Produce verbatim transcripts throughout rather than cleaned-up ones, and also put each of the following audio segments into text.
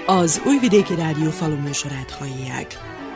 Az Újvidéki Rádió faluműsorát hallják.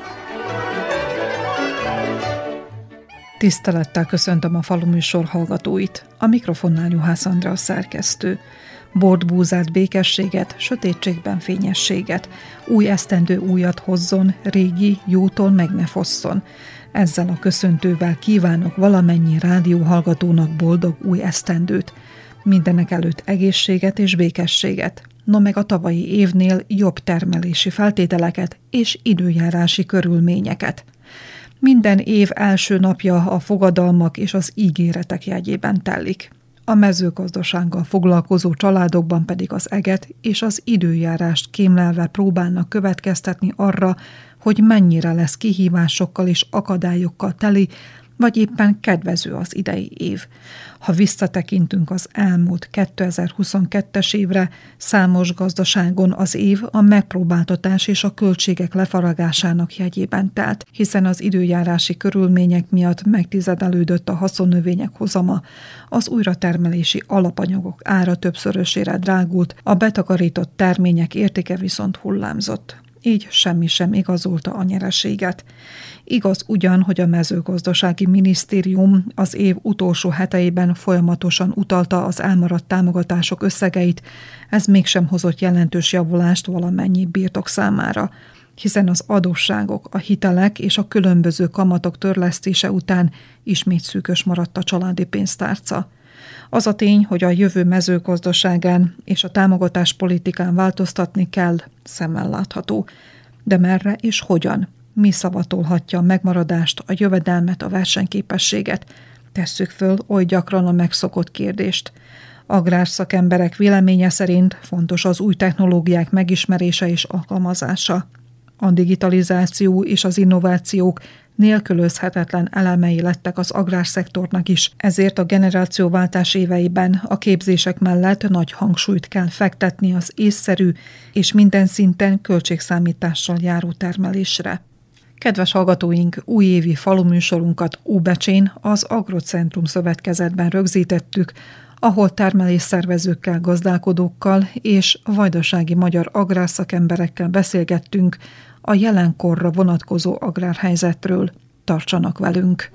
Tisztelettel köszöntöm a faluműsor hallgatóit. A mikrofonnál Juhász Andrea szerkesztő. Bort, búzát, békességet, sötétségben fényességet. Új esztendő újat hozzon, régi jótól meg ne fosszon. Ezzel a köszöntővel kívánok valamennyi rádióhallgatónak boldog új esztendőt. Mindenek előtt egészséget és békességet. No meg a tavalyi évnél jobb termelési feltételeket és időjárási körülményeket. Minden év első napja a fogadalmak és az ígéretek jegyében telik. A mezőgazdasággal foglalkozó családokban pedig az eget és az időjárást kémlelve próbálnak következtetni arra, hogy mennyire lesz kihívásokkal és akadályokkal teli, vagy éppen kedvező az idei év. Ha visszatekintünk az elmúlt kétezer-huszonkettes évre, számos gazdaságon az év a megpróbáltatás és a költségek lefaragásának jegyében telt, hiszen az időjárási körülmények miatt megtizedelődött a haszonnövények hozama, az újratermelési alapanyagok ára többszörösére drágult, a betakarított termények értéke viszont hullámzott. Így semmi sem igazolta a nyereséget. Igaz ugyan, hogy a mezőgazdasági minisztérium az év utolsó heteiben folyamatosan utalta az elmaradt támogatások összegeit, ez mégsem hozott jelentős javulást valamennyi birtok számára, hiszen az adósságok, a hitelek és a különböző kamatok törlesztése után ismét szűkös maradt a családi pénztárca. Az a tény, hogy a jövő mezőgazdaságán és a támogatáspolitikán változtatni kell, szemmel látható. De merre és hogyan? Mi szavatolhatja a megmaradást, a jövedelmet, a versenyképességet? Tesszük föl oly gyakran a megszokott kérdést. Agrárszakemberek véleménye szerint fontos az új technológiák megismerése és alkalmazása. A digitalizáció és az innovációk nélkülözhetetlen elemei lettek az agrárszektornak is, ezért a generációváltás éveiben a képzések mellett nagy hangsúlyt kell fektetni az észszerű és minden szinten költségszámítással járó termelésre. Kedves hallgatóink, újévi faluműsorunkat Óbecsén, az Agrocentrum szövetkezetben rögzítettük, ahol termelésszervezőkkel, gazdálkodókkal és vajdasági magyar agrárszakemberekkel beszélgettünk a jelenkorra vonatkozó agrárhelyzetről. Tartsanak velünk!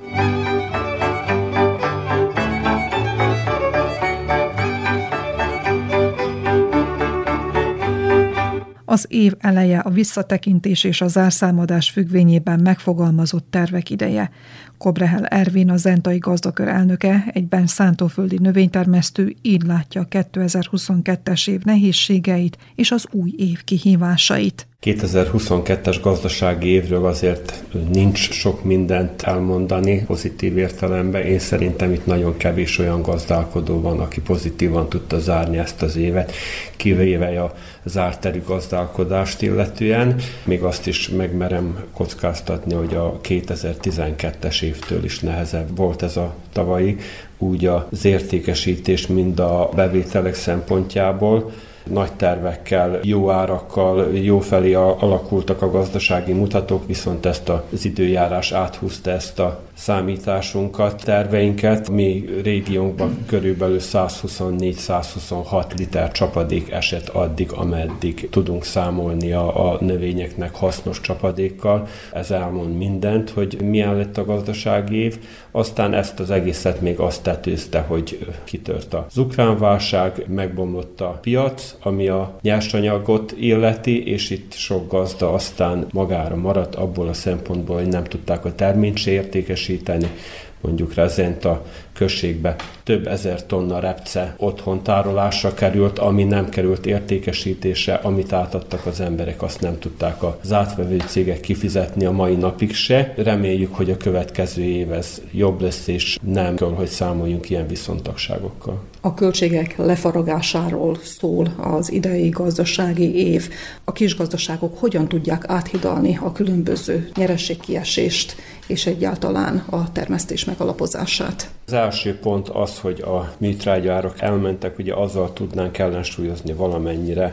Az év eleje a visszatekintés és a zárszámadás függvényében megfogalmazott tervek ideje. Kobrehel Ervin, a zentai gazdakör elnöke, egyben szántóföldi növénytermesztő így látja a kétezer-huszonkettes év nehézségeit és az új év kihívásait. kétezer-huszonkettes gazdasági évről azért nincs sok mindent elmondani pozitív értelemben. Én szerintem itt nagyon kevés olyan gazdálkodó van, aki pozitívan tudta zárni ezt az évet, kivéve a zárterű gazdálkodást illetően. Még azt is megmerem kockáztatni, hogy a kétezer-tizenkettes évtől is nehezebb volt ez a tavalyi, úgy az értékesítés, mind a bevételek szempontjából. Nagy tervekkel, jó árakkal, jó felé alakultak a gazdasági mutatók, viszont ezt az időjárás áthúzta ezt a számításunkat, terveinket. Mi régiónkban körülbelül százhuszonnégy-százhuszonhat liter csapadék esett addig, ameddig tudunk számolni a, a növényeknek hasznos csapadékkal. Ez elmond mindent, hogy milyen lett a gazdasági év. Aztán ezt az egészet még azt tetőzte, hogy kitört az ukrán válság, megbomlott a piac, ami a nyersanyagot illeti, és itt sok gazda aztán magára maradt abból a szempontból, hogy nem tudták a terményt se értékesíteni. Mondjuk Rezenta községbe több ezer tonna repce otthon tárolásra került, ami nem került értékesítésre, amit átadtak az emberek, azt nem tudták az átvevő cégek kifizetni a mai napig se. Reméljük, hogy a következő év ez jobb lesz, és nem kell, hogy számoljunk ilyen viszontagságokkal. A költségek lefaragásáról szól az idei gazdasági év. A kisgazdaságok hogyan tudják áthidalni a különböző nyereségkiesést és egyáltalán a termesztés megalapozását? Az első pont az, hogy a műtrágyaárak elmentek, ugye azzal tudnánk ellensúlyozni valamennyire,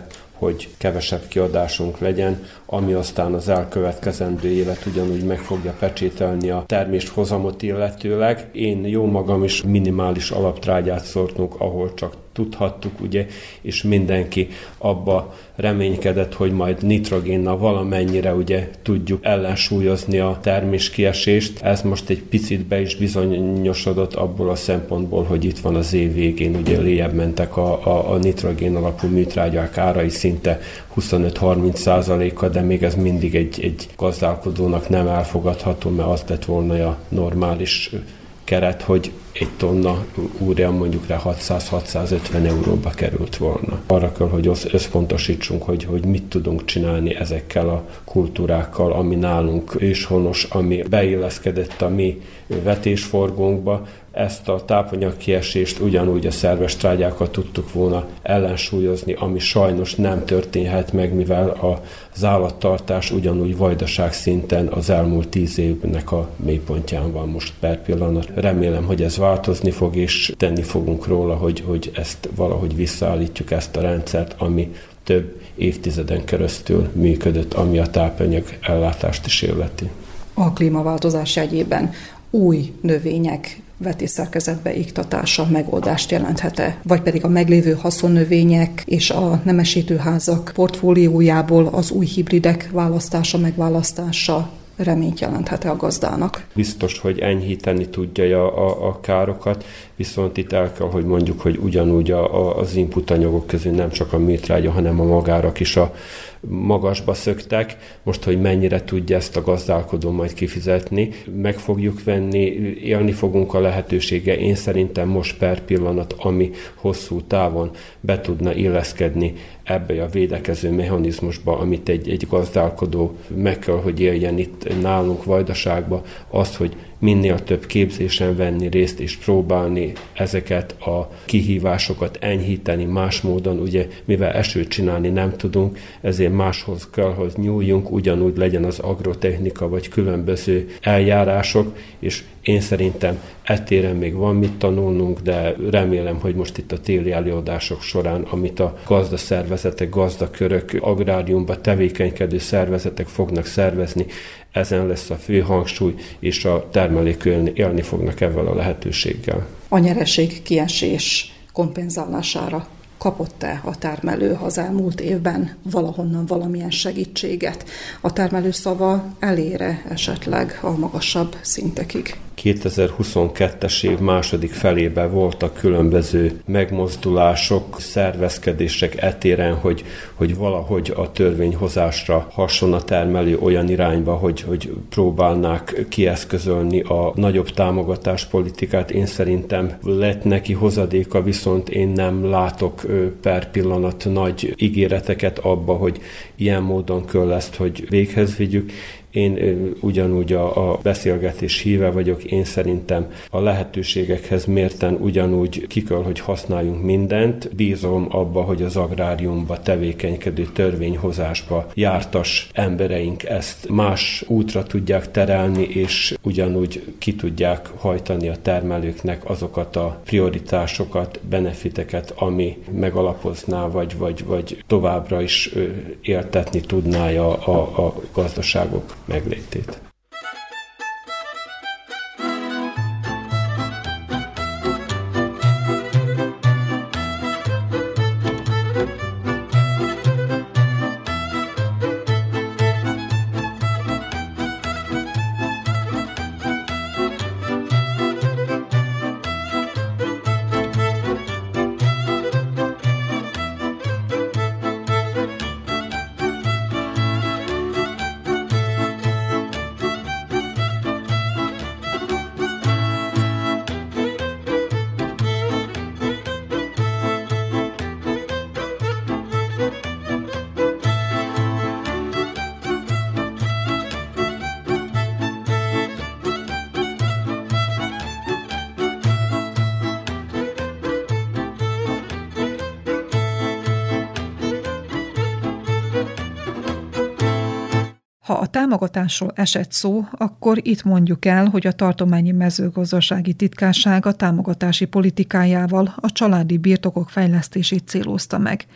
hogy kevesebb kiadásunk legyen, ami aztán az elkövetkezendő évet ugyanúgy meg fogja pecsételni a terméshozamot illetőleg. Én jó magam is minimális alaptrágyát szórtunk, ahol csak tudhattuk, ugye, és mindenki abba reménykedett, hogy majd nitrogénnal valamennyire ugye tudjuk ellensúlyozni a terméskiesést. Ez most egy picit be is bizonyosodott abból a szempontból, hogy itt van az év végén, ugye lejjebb mentek a, a, a nitrogén alapú műtrágyák árai szinte huszonöt-harminc százaléka, de még ez mindig egy, egy gazdálkodónak nem elfogadható, mert az lett volna a normális keret, hogy egy tonna úrja mondjuk rá hatszáz-hatszázötven euróba került volna. Arra kell, hogy összpontosítsunk, hogy, hogy mit tudunk csinálni ezekkel a kultúrákkal, ami nálunk őshonos, ami beilleszkedett a mi vetésforgónkba. Ezt a tápanyagkiesést ugyanúgy a szerves trágyákat tudtuk volna ellensúlyozni, ami sajnos nem történhet meg, mivel az állattartás ugyanúgy vajdaság szinten az elmúlt tíz évnek a mélypontján van most per pillanat. Remélem, hogy ez változni fog, és tenni fogunk róla, hogy, hogy ezt valahogy visszaállítjuk, ezt a rendszert, ami több évtizeden keresztül működött, ami a tápanyag ellátást is illeti. A klímaváltozás jegyében új növények vetésszerkezetbe iktatása megoldást jelenthet-e? Vagy pedig a meglévő haszonnövények és a nemesítőházak portfóliójából az új hibridek választása, megválasztása reményt jelenthet-e a gazdának? Biztos, hogy enyhíteni tudja a, a, a károkat, viszont itt el kell, hogy mondjuk, hogy ugyanúgy a, a, az input anyagok közül nem csak a műtrágya, hanem a magárak is a magasba szöktek. Most, hogy mennyire tudja ezt a gazdálkodó majd kifizetni, meg fogjuk venni, élni fogunk a lehetősége. Én szerintem most per pillanat, ami hosszú távon be tudna illeszkedni ebbe a védekező mechanizmusba, amit egy, egy gazdálkodó meg kell, hogy éljen itt nálunk Vajdaságban, azt, hogy minél több képzésen venni részt és próbálni ezeket a kihívásokat enyhíteni más módon, ugye mivel esőt csinálni nem tudunk, ezért máshoz kell, hogy nyúljunk, ugyanúgy legyen az agrotechnika vagy különböző eljárások, és én szerintem ettéren még van mit tanulnunk, de remélem, hogy most itt a téli előadások során, amit a gazdaszervezetek, gazdakörök, agráriumban tevékenykedő szervezetek fognak szervezni, ezen lesz a fő hangsúly, és a termelők élni fognak ezzel a lehetőséggel. A nyereség kiesés kompenzálására kapott-e a termelő az elmúlt évben valahonnan valamilyen segítséget? A termelő szava elére esetleg a magasabb szintekig? kétezer-huszonkettes év második felében voltak különböző megmozdulások, szervezkedések etéren, hogy, hogy valahogy a törvényhozásra hasson a termelő olyan irányba, hogy, hogy próbálnák kieszközölni a nagyobb támogatáspolitikát. Én szerintem lett neki hozadéka, viszont én nem látok per pillanat nagy ígéreteket abba, hogy ilyen módon kell ezt, hogy véghez vigyük. Én ugyanúgy a, a beszélgetés híve vagyok, én szerintem a lehetőségekhez mérten ugyanúgy ki kell, hogy használjunk mindent. Bízom abba, hogy az agráriumba tevékenykedő törvényhozásba jártas embereink ezt más útra tudják terelni, és ugyanúgy ki tudják hajtani a termelőknek azokat a prioritásokat, benefiteket, ami megalapozná, vagy, vagy, vagy továbbra is éltetni tudná a, a, a gazdaságok meglétét. Ha a támogatásról esett szó, akkor itt mondjuk el, hogy a tartományi mezőgazdasági titkárság a támogatási politikájával a családi birtokok fejlesztését célozta meg.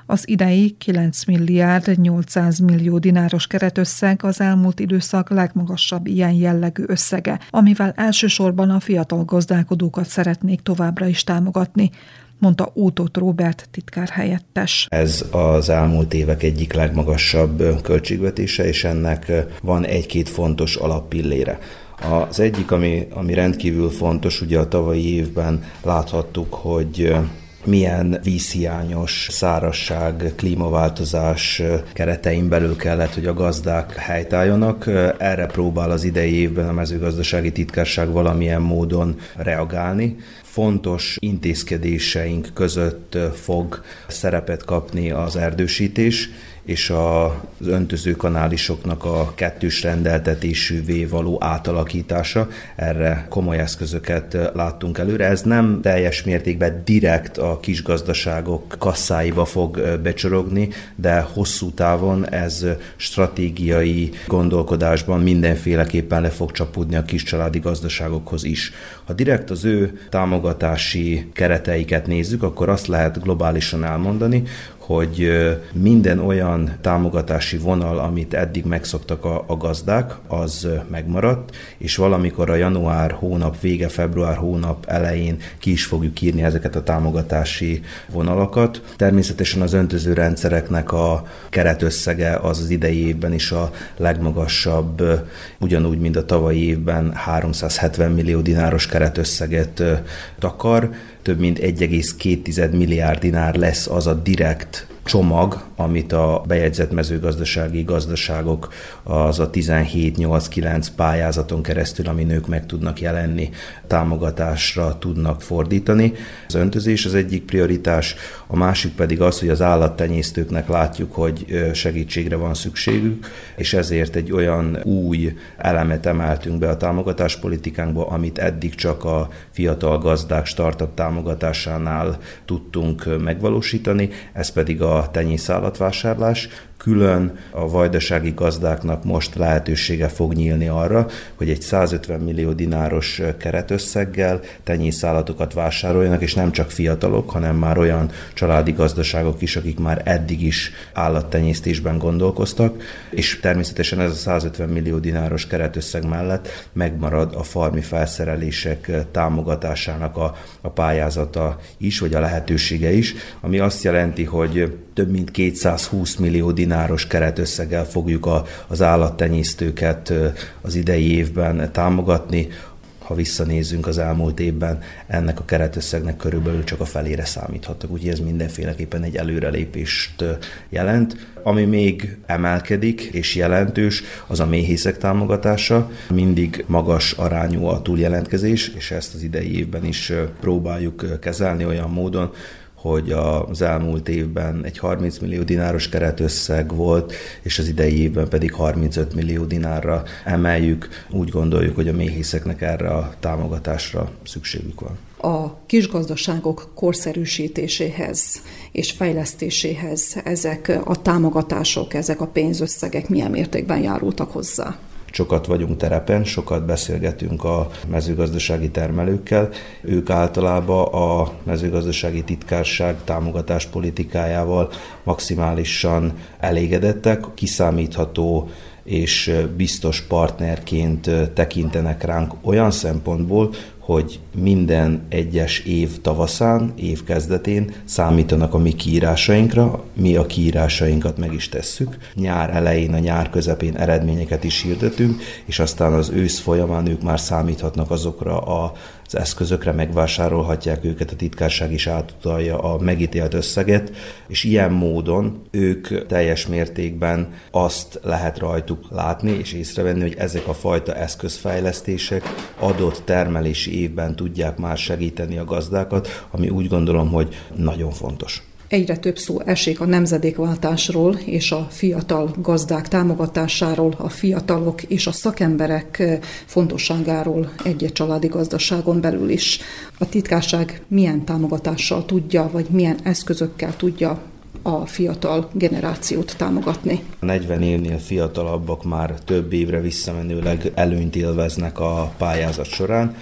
Az idei kilenc milliárd nyolcszáz millió dináros keretösszeg az elmúlt időszak legmagasabb ilyen jellegű összege, amivel elsősorban a fiatal gazdálkodókat szeretnék továbbra is támogatni, mondta Ótóth Róbert titkárhelyettes. Ez az elmúlt évek egyik legmagasabb költségvetése, és ennek van egy-két fontos alappillére. Az egyik, ami, ami rendkívül fontos, ugye a tavalyi évben láthattuk, hogy milyen vízhiányos, szárazság, klímaváltozás keretein belül kellett, hogy a gazdák helytálljanak. Erre próbál az idei évben a mezőgazdasági titkárság valamilyen módon reagálni. Fontos intézkedéseink között fog szerepet kapni az erdősítés, és az öntözőkanálisoknak a kettős rendeltetésűvé való átalakítása. Erre komoly eszközöket láttunk előre. Ez nem teljes mértékben direkt a kisgazdaságok kasszáiba fog becsorogni, de hosszú távon ez stratégiai gondolkodásban mindenféleképpen le fog csapódni a kiscsaládi gazdaságokhoz is. Ha direkt az ő támogatási kereteiket nézzük, akkor azt lehet globálisan elmondani, hogy minden olyan támogatási vonal, amit eddig megszoktak a, a gazdák, az megmaradt, és valamikor a január hónap vége, február hónap elején ki is fogjuk írni ezeket a támogatási vonalakat. Természetesen az öntöző rendszereknek a keretösszege az az idei évben is a legmagasabb, ugyanúgy, mint a tavalyi évben háromszázhetven millió dináros keretösszeget takar. Több mint egy egész két milliárd dinár lesz az a direkt csomag, amit a bejegyzett mezőgazdasági gazdaságok az a tizenhét nyolc kilenc pályázaton keresztül, ami nők meg tudnak jelenni, támogatásra tudnak fordítani. Az öntözés az egyik prioritás, a másik pedig az, hogy az állattenyésztőknek látjuk, hogy segítségre van szükségük, és ezért egy olyan új elemet emeltünk be a támogatáspolitikánkba, amit eddig csak a fiatal gazdák startup támogatásánál tudtunk megvalósítani, ez pedig a tenyészállatvásárlás. Külön a vajdasági gazdáknak most lehetősége fog nyílni arra, hogy egy százötven millió dináros keretösszeggel tenyészállatokat vásároljanak, és nem csak fiatalok, hanem már olyan családi gazdaságok is, akik már eddig is állattenyésztésben gondolkoztak, és természetesen ez a százötven millió dináros keretösszeg mellett megmarad a farmi felszerelések támogatásának a, a pályázata is, vagy a lehetősége is, ami azt jelenti, hogy több mint kétszázhúsz millió dináros keretösszeggel fogjuk a, az állattenyésztőket az idei évben támogatni. Ha visszanézzünk az elmúlt évben, ennek a keretösszegnek körülbelül csak a felére számíthatnak, úgyhogy ez mindenféleképpen egy előrelépést jelent. Ami még emelkedik és jelentős, az a méhészek támogatása. Mindig magas arányú a túljelentkezés, és ezt az idei évben is próbáljuk kezelni olyan módon, hogy az elmúlt évben egy harminc millió dináros keretösszeg volt, és az idei évben pedig harmincöt millió dinárra emeljük. Úgy gondoljuk, hogy a méhészeknek erre a támogatásra szükségük van. A kisgazdaságok korszerűsítéséhez és fejlesztéséhez ezek a támogatások, ezek a pénzösszegek milyen mértékben járultak hozzá? Sokat vagyunk terepen, sokat beszélgetünk a mezőgazdasági termelőkkel. Ők általában a mezőgazdasági titkárság támogatás politikájával maximálisan elégedettek, kiszámítható és biztos partnerként tekintenek ránk olyan szempontból, hogy minden egyes év tavaszán, év kezdetén számítanak a mi kiírásainkra, mi a kiírásainkat meg is tesszük. Nyár elején, a nyár közepén eredményeket is hirdetünk, és aztán az ősz folyamán ők már számíthatnak azokra a az eszközökre, megvásárolhatják őket, a titkárság is átutalja a megítélt összeget, és ilyen módon ők teljes mértékben azt lehet rajtuk látni és észrevenni, hogy ezek a fajta eszközfejlesztések adott termelési évben tudják már segíteni a gazdákat, ami úgy gondolom, hogy nagyon fontos. Egyre több szó esik a nemzedékváltásról és a fiatal gazdák támogatásáról, a fiatalok és a szakemberek fontosságáról egy-egy családi gazdaságon belül is. A titkárság milyen támogatással tudja, vagy milyen eszközökkel tudja a fiatal generációt támogatni? A negyven évnél fiatalabbak már több évre visszamenőleg előnyt élveznek a pályázat során.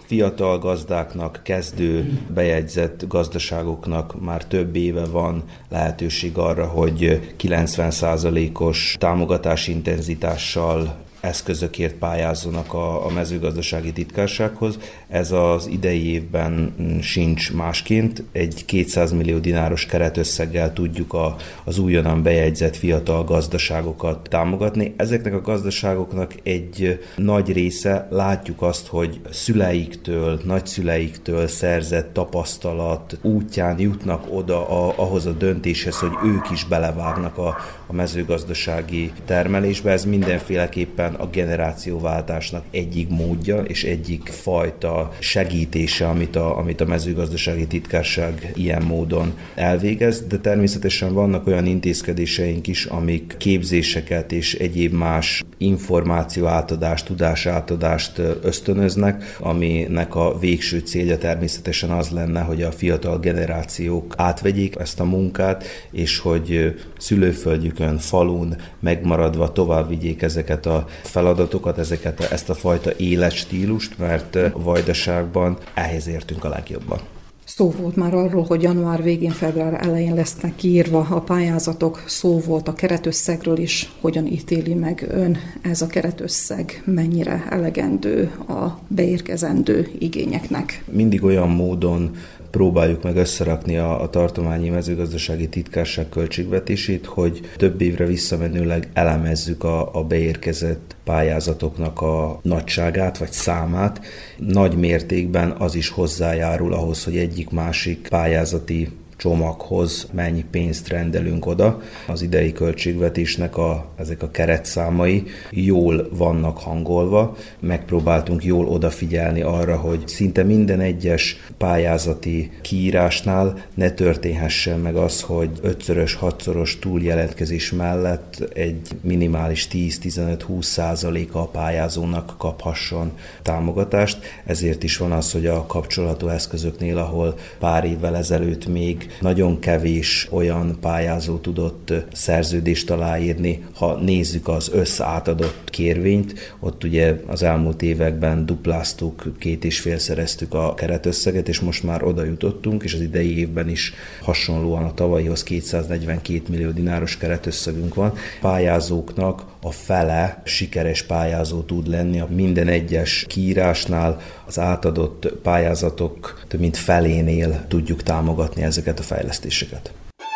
fiatal gazdáknak, kezdő bejegyzett gazdaságoknak már több éve van lehetőség arra, hogy kilencven százalékos támogatási intenzitással eszközökért pályázzanak a, a mezőgazdasági titkársághoz. Ez az idei évben sincs másként. Egy kétszáz millió dináros keretösszeggel tudjuk a, az újonnan bejegyzett fiatal gazdaságokat támogatni. Ezeknek a gazdaságoknak egy nagy része, látjuk azt, hogy szüleiktől, nagyszüleiktől szerzett tapasztalat útján jutnak oda a, ahhoz a döntéshez, hogy ők is belevágnak a, a mezőgazdasági termelésbe. Ez mindenféleképpen a generációváltásnak egyik módja és egyik fajta segítése, amit a, amit a mezőgazdasági titkárság ilyen módon elvégez, de természetesen vannak olyan intézkedéseink is, amik képzéseket és egyéb más információátadást, tudásátadást ösztönöznek, aminek a végső célja természetesen az lenne, hogy a fiatal generációk átvegyék ezt a munkát, és hogy szülőföldjükön, falun megmaradva tovább vigyék ezeket a feladatokat, ezeket, ezt a fajta életstílust, mert a Vajdaságban ehhez értünk a legjobban. Szó volt már arról, hogy január végén, február elején lesznek kiírva a pályázatok, szó volt a keretösszegről is, hogyan ítéli meg ön ez a keretösszeg, mennyire elegendő a beérkezendő igényeknek? Mindig olyan módon próbáljuk meg összerakni a, a tartományi mezőgazdasági titkárság költségvetését, hogy több évre visszamenőleg elemezzük a, a beérkezett pályázatoknak a nagyságát vagy számát. Nagy mértékben az is hozzájárul ahhoz, hogy egyik-másik pályázati csomaghoz mennyi pénzt rendelünk oda. Az idei költségvetésnek a, ezek a keretszámai jól vannak hangolva. Megpróbáltunk jól odafigyelni arra, hogy szinte minden egyes pályázati kiírásnál ne történhessen meg az, hogy ötszörös, hatszoros túljelentkezés mellett egy minimális tíz-tizenöt-húsz százaléka a pályázónak kaphasson támogatást. Ezért is van az, hogy a kapcsolatú eszközöknél, ahol pár évvel ezelőtt még nagyon kevés olyan pályázó tudott szerződést aláírni. Ha nézzük az összeátadott kérvényt, ott ugye az elmúlt években dupláztuk, két és félszereztük a keretösszeget, és most már oda jutottunk, és az idei évben is hasonlóan a tavalyihoz kétszáznegyvenkét millió dináros keretösszegünk van. Pályázóknak a fele sikeres pályázó tud lenni. Minden egyes kiírásnál az átadott pályázatok több mint felénél tudjuk támogatni ezeket a fejlesztéseket.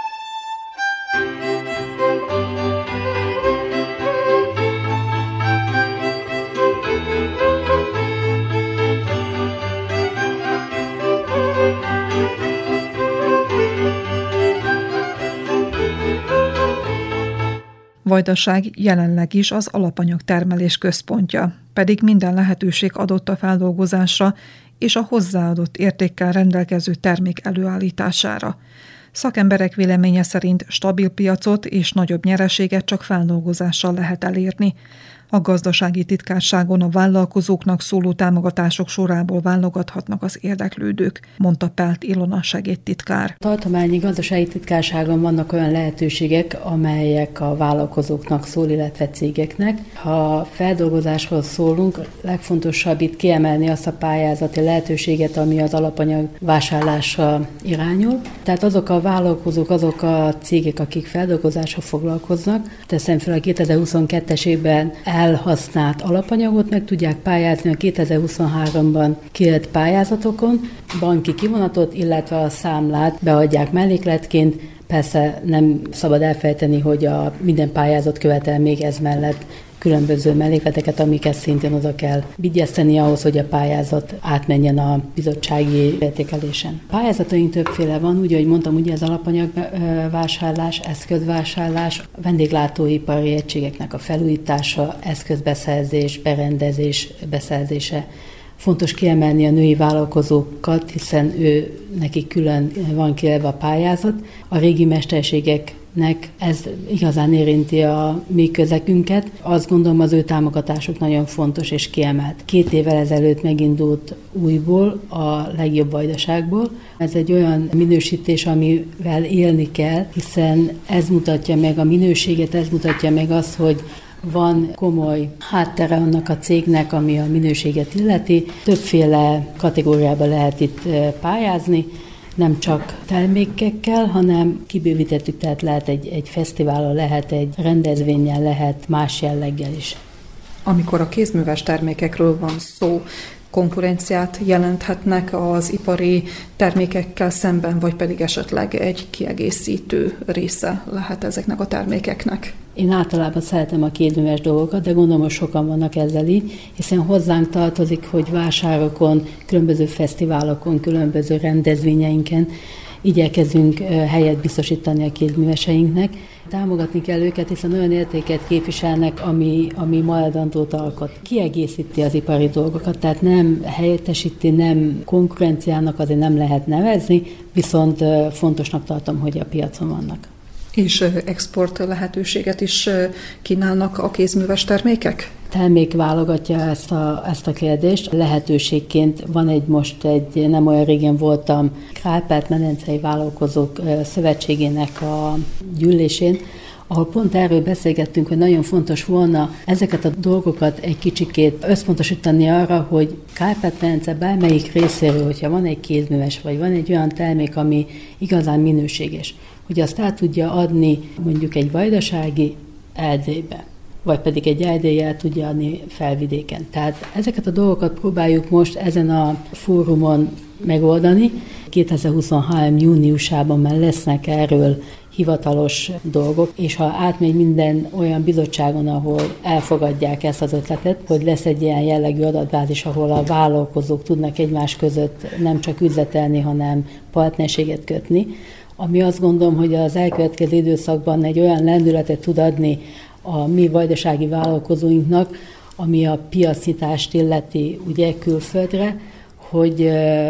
Vajdaság jelenleg is az alapanyagtermelés központja, pedig minden lehetőség adott a feldolgozásra és a hozzáadott értékkel rendelkező termék előállítására. Szakemberek véleménye szerint stabil piacot és nagyobb nyereséget csak feldolgozással lehet elérni. A gazdasági titkárságon a vállalkozóknak szóló támogatások sorából válogathatnak az érdeklődők, mondta Pelt Ilona segédtitkár. A tartományi gazdasági titkárságon vannak olyan lehetőségek, amelyek a vállalkozóknak szól, illetve cégeknek. Ha feldolgozásról szólunk, legfontosabb itt kiemelni azt a pályázati lehetőséget, ami az alapanyag vásárlásra irányul. Tehát azok a vállalkozók, azok a cégek, akik feldolgozással foglalkoznak, teszem fel a kétezer-huszonkettes évben elhasznált alapanyagot meg tudják pályázni a kétezer-huszonháromban kiírt pályázatokon, banki kivonatot, illetve a számlát beadják mellékletként. Persze nem szabad elfelejteni, hogy a minden pályázat követel még ez mellett különböző mellékleteket, amiket szintén oda kell vigyeszteni ahhoz, hogy a pályázat átmenjen a bizottsági értékelésen. Pályázataink többféle van, úgy, ahogy mondtam, ugye az alapanyagvásárlás, eszközvásárlás, a vendéglátóipari egységeknek a felújítása, eszközbeszerzés, berendezés beszerzése. Fontos kiemelni a női vállalkozókat, hiszen ő nekik külön van kijelölve a pályázat. A régi mesterségeknek ez igazán érinti a mi közegünket. Azt gondolom, az ő támogatásuk nagyon fontos és kiemelt. Két évvel ezelőtt megindult újból a legjobb Vajdaságból. Ez egy olyan minősítés, amivel élni kell, hiszen ez mutatja meg a minőséget, ez mutatja meg azt, hogy Van komoly háttere annak a cégnek, ami a minőséget illeti. Többféle kategóriába lehet itt pályázni, nem csak termékekkel, hanem kibővítettük, tehát lehet egy, egy fesztiválon, lehet egy rendezvényen, lehet más jelleggel is. Amikor a kézműves termékekről van szó, konkurenciát jelenthetnek az ipari termékekkel szemben, vagy pedig esetleg egy kiegészítő része lehet ezeknek a termékeknek? Én általában szeretem a kézműves dolgokat, de gondolom, hogy sokan vannak ezzel így, hiszen hozzánk tartozik, hogy vásárokon, különböző fesztiválokon, különböző rendezvényeinken igyekezünk helyet biztosítani a kézműveseinknek. Támogatni kell őket, hiszen olyan értéket képviselnek, ami, ami maradandót alkot. Kiegészíti az ipari dolgokat, tehát nem helyettesíti, nem konkurenciának azért nem lehet nevezni, viszont fontosnak tartom, hogy a piacon vannak. És export lehetőséget is kínálnak a kézműves termékek? Termék válogatja ezt a, ezt a kérdést. Lehetőségként van egy most egy, nem olyan régen voltam Kárpát-medencei Vállalkozók Szövetségének a gyűlésén, ahol pont erről beszélgettünk, hogy nagyon fontos volna ezeket a dolgokat egy kicsikét összpontosítani arra, hogy Kárpát-medence bármelyik részéről, hogyha van egy kézműves, vagy van egy olyan termék, ami igazán minőséges, hogy azt át tudja adni mondjuk egy vajdasági Erdélybe, vagy pedig egy Erdélyi el tudja adni Felvidéken. Tehát ezeket a dolgokat próbáljuk most ezen a fórumon megoldani. kétezer-huszonhárom júniusában már lesznek erről hivatalos dolgok, és ha átmegy minden olyan bizottságon, ahol elfogadják ezt az ötletet, hogy lesz egy ilyen jellegű adatbázis, ahol a vállalkozók tudnak egymás között nem csak üzletelni, hanem partnerséget kötni, ami azt gondolom, hogy az elkövetkező időszakban egy olyan lendületet tud adni a mi vajdasági vállalkozóinknak, ami a piacnyitást illeti ugye külföldre, hogy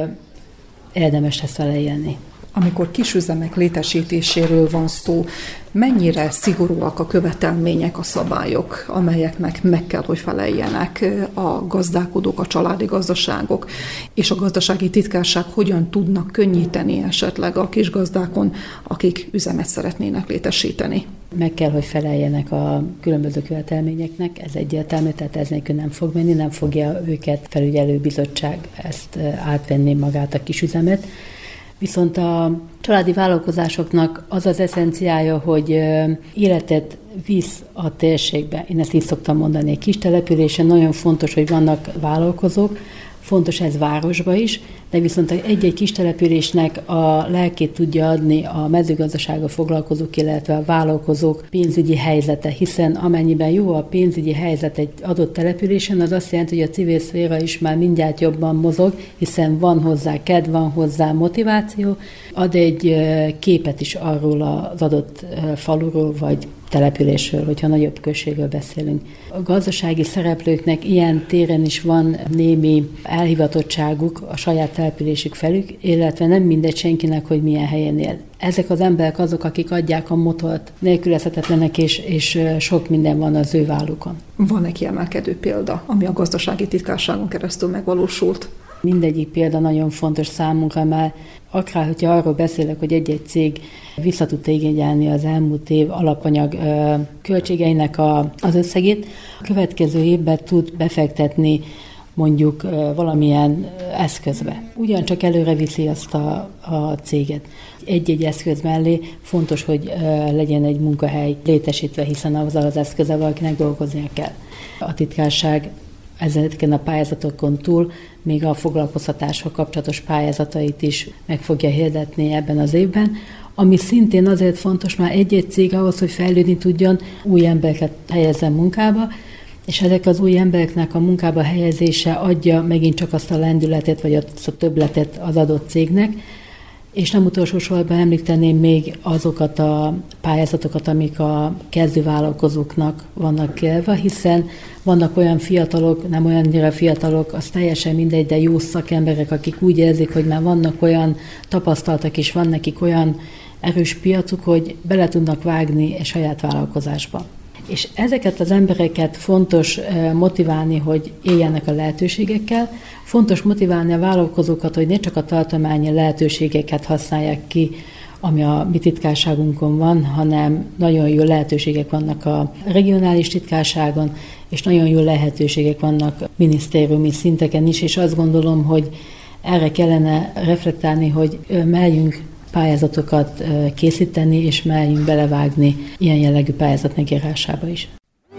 érdemes lesz vele élni. Amikor kisüzemek létesítéséről van szó, mennyire szigorúak a követelmények, a szabályok, amelyeknek meg kell, hogy feleljenek a gazdálkodók, a családi gazdaságok, és a gazdasági titkárság hogyan tudnak könnyíteni esetleg a kisgazdákon, akik üzemet szeretnének létesíteni? Meg kell, hogy feleljenek a különböző követelményeknek, ez egyértelmű, tehát ez nélkül nem fog menni, nem fogja őket felügyelő bizottság ezt átvenni magát a kisüzemet. Viszont a családi vállalkozásoknak az az eszenciája, hogy életet visz a térségbe. Én ezt így szoktam mondani, egy kis településen nagyon fontos, hogy vannak vállalkozók, fontos ez városba is, de viszont egy-egy kis településnek a lelkét tudja adni a mezőgazdasággal foglalkozók, illetve a vállalkozók pénzügyi helyzete, hiszen amennyiben jó a pénzügyi helyzet egy adott településen, az azt jelenti, hogy a civil szféra is már mindjárt jobban mozog, hiszen van hozzá kedv, van hozzá motiváció, ad egy képet is arról az adott faluról, vagy településről, hogyha nagyobb községről beszélünk. A gazdasági szereplőknek ilyen téren is van némi elhivatottságuk a saját településük felük, illetve nem mindegy senkinek, hogy milyen helyen él. Ezek az emberek azok, akik adják a motort, nélkülözhetetlenek, és, és sok minden van az ő vállukon. Van-e kiemelkedő példa, ami a gazdasági titkárságon keresztül megvalósult? Mindegyik példa nagyon fontos számunkra, mert akár, hogyha arról beszélek, hogy egy-egy cég vissza tudta igényelni az elmúlt év alapanyag ö, költségeinek a, az összegét, a következő évben tud befektetni mondjuk ö, valamilyen eszközbe. Ugyancsak előre viszi azt a, a céget. Egy-egy eszköz mellé fontos, hogy ö, legyen egy munkahely létesítve, hiszen azzal az eszközzel valakinek dolgoznia kell. A titkárság ezeken a pályázatokon túl még a foglalkoztatással kapcsolatos pályázatait is meg fogja hirdetni ebben az évben, ami szintén azért fontos, már egy-egy cég ahhoz, hogy fejlődni tudjon, új embereket helyezzen munkába, és ezek az új embereknek a munkába helyezése adja megint csak azt a lendületet, vagy azt a többletet az adott cégnek, és nem utolsó sorban említeném még azokat a pályázatokat, amik a kezdővállalkozóknak vannak kérve, hiszen vannak olyan fiatalok, nem olyannyira fiatalok, az teljesen mindegy, de jó szakemberek, akik úgy érzik, hogy már vannak olyan tapasztaltak, és van nekik olyan erős piacuk, hogy bele tudnak vágni egy saját vállalkozásba. És ezeket az embereket fontos motiválni, hogy éljenek a lehetőségekkel, fontos motiválni a vállalkozókat, hogy ne csak a tartományi lehetőségeket használják ki ami a mi titkárságunkon van, hanem nagyon jó lehetőségek vannak a regionális titkárságon, és nagyon jó lehetőségek vannak minisztériumi szinteken is, és azt gondolom, hogy erre kellene reflektálni, hogy merjünk pályázatokat készíteni, és merjünk belevágni ilyen jellegű pályázat megírásába is.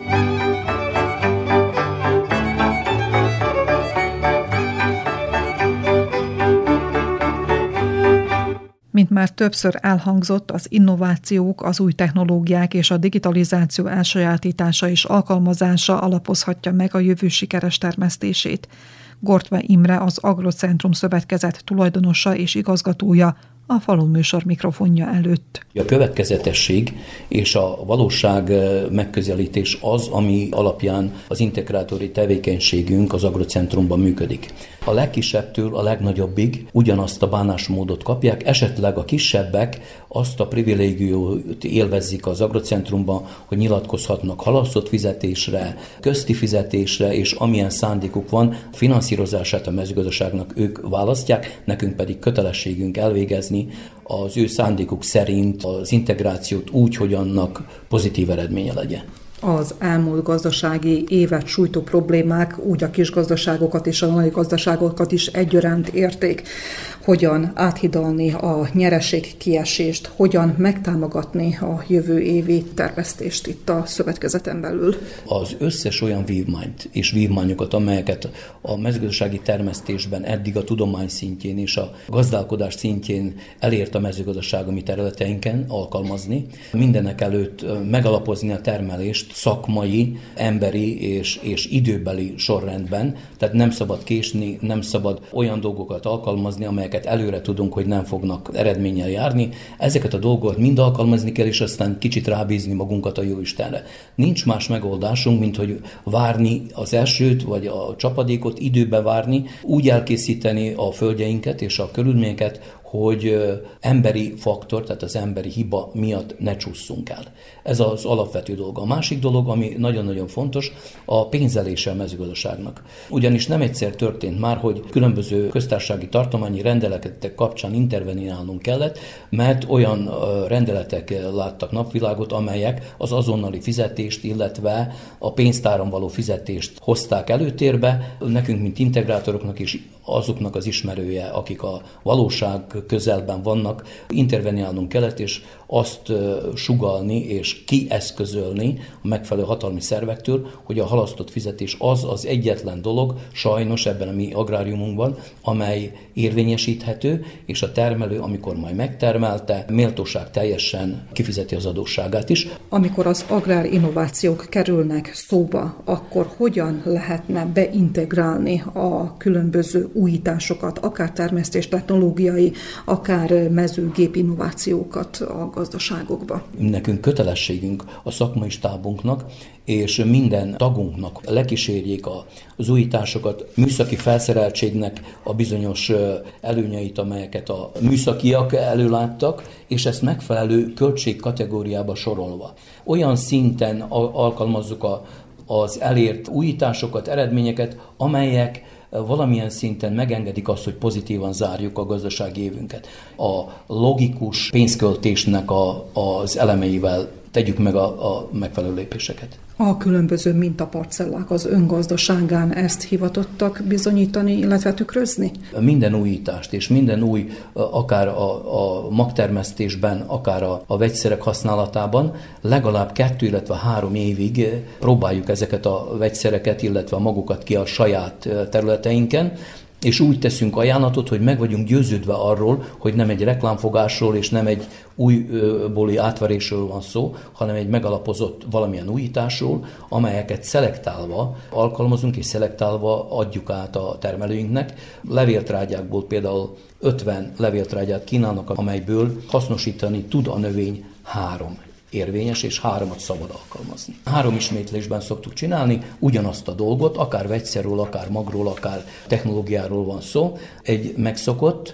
Mint már többször elhangzott, az innovációk, az új technológiák és a digitalizáció elsajátítása és alkalmazása alapozhatja meg a jövő sikeres termesztését. Gortva Imre, az Agrocentrum Szövetkezet tulajdonosa és igazgatója a Faluműsor mikrofonja előtt. A következetesség és a valóság megközelítés az, ami alapján az integrátori tevékenységünk az Agrocentrumban működik. A legkisebbtől a legnagyobbig ugyanazt a bánásmódot kapják, esetleg a kisebbek azt a privilégiót élvezzik az Agrocentrumban, hogy nyilatkozhatnak halasztott fizetésre, közti fizetésre, és amilyen szándékuk van, finanszírozását a mezőgazdaságnak ők választják, nekünk pedig kötelességünk elvégezni az ő szándékuk szerint az integrációt úgy, hogy annak pozitív eredménye legyen. Az elmúlt gazdasági évet sújtó problémák úgy a kis gazdaságokat és a nagy gazdaságokat is egyaránt érték. Hogyan áthidalni a nyereségkiesést, hogyan megtámogatni a jövő évi termesztést itt a szövetkezeten belül? Az összes olyan vívmányt és vívmányokat, amelyeket a mezőgazdasági termesztésben eddig a tudomány szintjén és a gazdálkodás szintjén elért a mezőgazdasági területeinken alkalmazni, mindenek előtt megalapozni a termelést szakmai, emberi és, és időbeli sorrendben, tehát nem szabad késni, nem szabad olyan dolgokat alkalmazni, amelyeket előre tudunk, hogy nem fognak eredménnyel járni. Ezeket a dolgokat mind alkalmazni kell, és aztán kicsit rábízni magunkat a Jóistenre. Nincs más megoldásunk, mint hogy várni az esőt, vagy a csapadékot, időbe várni, úgy elkészíteni a földjeinket és a körülményeket, hogy emberi faktor, tehát az emberi hiba miatt ne csússzunk el. Ez az alapvető dolog. A másik dolog, ami nagyon-nagyon fontos, a pénzelése a mezőgazdaságnak. Ugyanis nem egyszer történt már, hogy különböző köztársasági tartományi rendeletek kapcsán interveniálnunk kellett, mert olyan rendeletek láttak napvilágot, amelyek az azonnali fizetést, illetve a pénztáron való fizetést hozták előtérbe. Nekünk, mint integrátoroknak és azoknak az ismerője, akik a valóság közelben vannak, interveniálnunk kellett, és azt sugallni és kieszközölni a megfelelő hatalmi szervektől, hogy a halasztott fizetés az az egyetlen dolog, sajnos ebben a mi agráriumunkban, amely érvényesíthető, és a termelő, amikor majd megtermelte, méltóság teljesen kifizeti az adósságát is. Amikor az agrárinnovációk kerülnek szóba, akkor hogyan lehetne beintegrálni a különböző újításokat, akár termesztés technológiai, akár mezőgép innovációkat a gazdaságokba? Nekünk kötelességünk a szakmai stábunknak és minden tagunknak lekísérjék az újításokat, műszaki felszereltségnek a bizonyos előnyeit, amelyeket a műszakiak előláttak, és ezt megfelelő költségkategóriába sorolva. Olyan szinten alkalmazzuk a, az elért újításokat, eredményeket, amelyek valamilyen szinten megengedik azt, hogy pozitívan zárjuk a gazdasági évünket. A logikus pénzköltésnek a, az elemeivel tegyük meg a, a megfelelő lépéseket. A különböző mintaparcellák az öngazdaságán ezt hivatottak bizonyítani, illetve tükrözni? Minden újítást és minden új, akár a, a magtermesztésben, akár a, a vegyszerek használatában legalább kettő, illetve három évig próbáljuk ezeket a vegyszereket, illetve a magukat ki a saját területeinken, és úgy teszünk ajánlatot, hogy meg vagyunk győződve arról, hogy nem egy reklámfogásról és nem egy újbóli átverésről van szó, hanem egy megalapozott valamilyen újításról, amelyeket szelektálva alkalmazunk és szelektálva adjuk át a termelőinknek. Levéltrágyákból például ötven levéltrágyát kínálnak, amelyből hasznosítani tud a növény három érvényes, és háromat szabad alkalmazni. Három ismétlésben szoktuk csinálni ugyanazt a dolgot, akár vegyszerről, akár magról, akár technológiáról van szó. Egy megszokott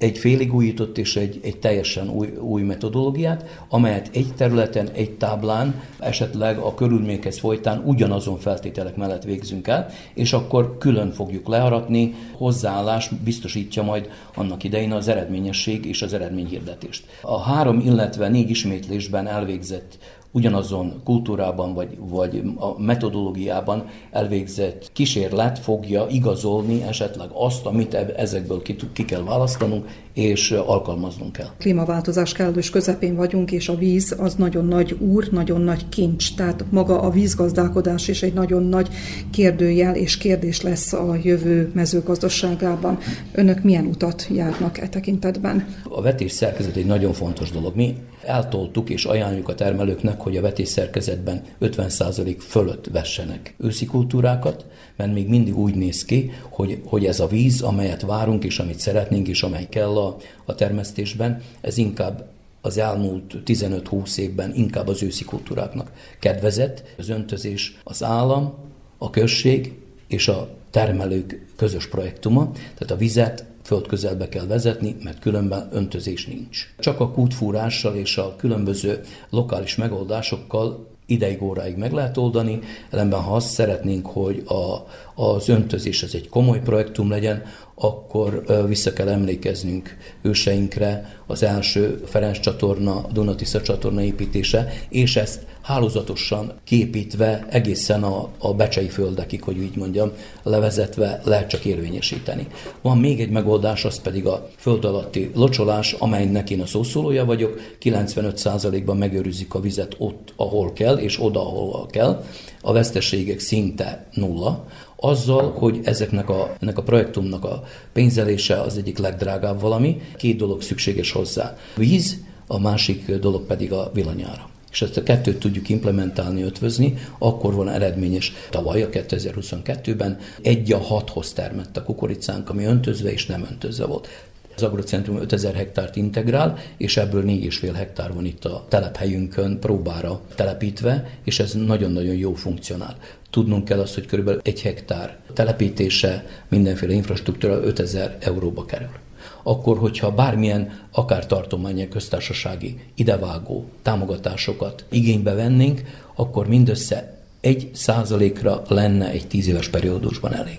egy félig újított és egy, egy teljesen új, új metodológiát, amelyet egy területen, egy táblán, esetleg a körülményekhez folytán ugyanazon feltételek mellett végzünk el, és akkor külön fogjuk learatni, hozzáállás biztosítja majd annak idején az eredményesség és az eredményhirdetést. A három, illetve négy ismétlésben elvégzett ugyanazon kultúrában vagy, vagy a metodológiában elvégzett kísérlet fogja igazolni esetleg azt, amit ezekből ki, ki kell választanunk, és alkalmaznunk kell. Klímaváltozás kellős közepén vagyunk, és a víz az nagyon nagy úr, nagyon nagy kincs. Tehát maga a vízgazdálkodás is egy nagyon nagy kérdőjel és kérdés lesz a jövő mezőgazdaságában. Önök milyen utat járnak e tekintetben? A vetés szerkezet egy nagyon fontos dolog. Mi eltoltuk és ajánljuk a termelőknek, hogy a vetés szerkezetben ötven százalék fölött vessenek őszi kultúrákat, mert még mindig úgy néz ki, hogy, hogy ez a víz, amelyet várunk és amit szeretnénk és amely kell a, a termesztésben, ez inkább az elmúlt tizenöt-húsz évben inkább az őszi kultúráknak kedvezett. Az öntözés az állam, a község és a termelők közös projektuma, tehát a vizet földközelbe kell vezetni, mert különben öntözés nincs. Csak a kútfúrással és a különböző lokális megoldásokkal ideig, óráig meg lehet oldani, ellenben ha azt szeretnénk, hogy a, az öntözés ez egy komoly projektum legyen, akkor vissza kell emlékeznünk őseinkre, az első Ferenc csatorna, Duna-Tisza csatorna építése, és ezt hálózatosan képítve egészen a, a becsei földekig, hogy így mondjam, levezetve lehet csak érvényesíteni. Van még egy megoldás, az pedig a föld alatti locsolás, amelynek én a szószólója vagyok, kilencvenöt százalékban megőrizik a vizet ott, ahol kell, és oda, ahol kell. A veszteségek szinte nulla, azzal, hogy ezeknek a, ennek a projektumnak a pénzelése az egyik legdrágább valami, két dolog szükséges hozzá. Víz, a másik dolog pedig a villanyára. És ezt a kettőt tudjuk implementálni, ötvözni, akkor van eredményes. Tavaly a kétezer-huszonkettőben egy a hathoz termett a kukoricánk, ami öntözve és nem öntözve volt. Az Agrocentrum ötezer hektárt integrál, és ebből négy és fél hektár van itt a telephelyünkön próbára telepítve, és ez nagyon-nagyon jó funkcionál. Tudnunk kell azt, hogy körülbelül egy hektár telepítése mindenféle infrastruktúra ötezer euróba kerül. Akkor, hogyha bármilyen, akár tartományi köztársasági idevágó támogatásokat igénybe vennénk, akkor mindössze egy százalékra lenne egy tíz éves periódusban elég.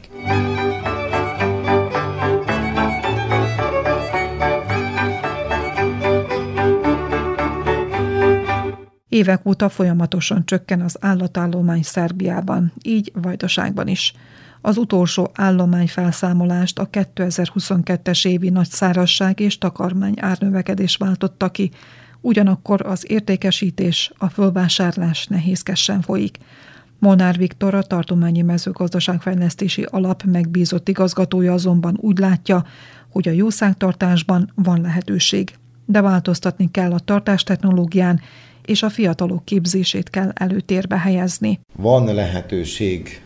Évek óta folyamatosan csökken az állatállomány Szerbiában, így Vajdaságban is. Az utolsó állományfelszámolást a kétezer-huszonkettes évi nagy szárazság és takarmány árnövekedés váltotta ki, ugyanakkor az értékesítés, a fölvásárlás nehézkesen folyik. Molnár Viktor, a Tartományi Mezőgazdaságfejlesztési Alap megbízott igazgatója azonban úgy látja, hogy a jószágtartásban van lehetőség, de változtatni kell a tartástechnológián, és a fiatalok képzését kell előtérbe helyezni. Van lehetőség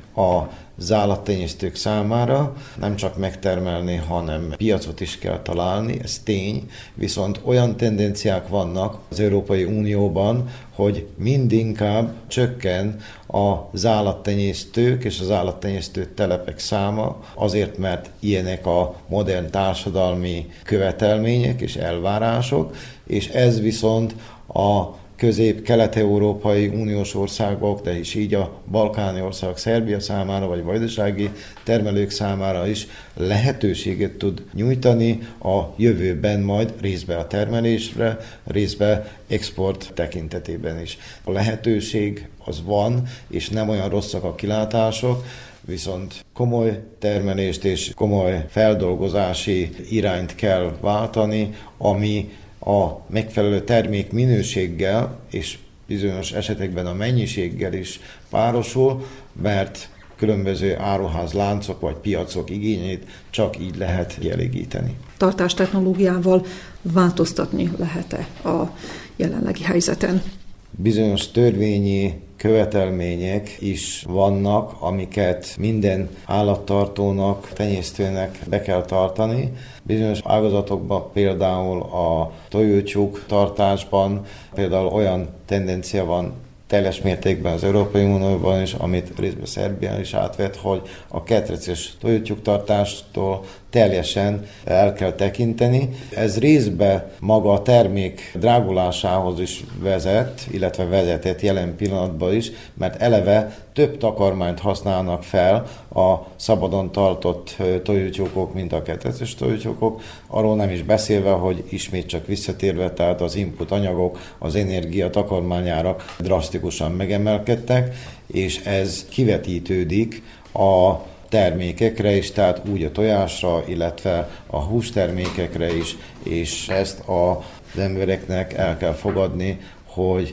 az állattenyésztők számára, nem csak megtermelni, hanem piacot is kell találni, ez tény, viszont olyan tendenciák vannak az Európai Unióban, hogy mindinkább csökken az állattenyésztők és az állattenyésztő telepek száma, azért, mert ilyenek a modern társadalmi követelmények és elvárások, és ez viszont a közép-kelet-európai uniós országok, de is így a balkáni országok, Szerbia számára, vagy vajdasági termelők számára is lehetőséget tud nyújtani a jövőben majd részbe a termelésre, részbe export tekintetében is. A lehetőség az van, és nem olyan rosszak a kilátások, viszont komoly termelést és komoly feldolgozási irányt kell váltani, ami a megfelelő termék minőséggel és bizonyos esetekben a mennyiséggel is párosul, mert különböző áruház láncok vagy piacok igényét csak így lehet kielégíteni. Tartástechnológiával változtatni lehet-e a jelenlegi helyzeten? Bizonyos törvényi követelmények is vannak, amiket minden állattartónak, tenyésztőnek be kell tartani. Bizonyos ágazatokban, például a tojótyúk tartásban például olyan tendencia van teljes mértékben az Európai Unióban is, amit részben Szerbia is átvett, hogy a ketreces tojótyúk tartástól teljesen el kell tekinteni. Ez részben maga a termék drágulásához is vezet, illetve vezetett jelen pillanatban is, mert eleve több takarmányt használnak fel a szabadon tartott tojótyúkok, mint a ketreces tojótyúkok, arról nem is beszélve, hogy ismét csak visszatérve, tehát az input anyagok, az energia takarmányárak drasztikusan megemelkedtek, és ez kivetítődik a termékekre is, tehát úgy a tojásra, illetve a hústermékekre is, és ezt az embereknek el kell fogadni, hogy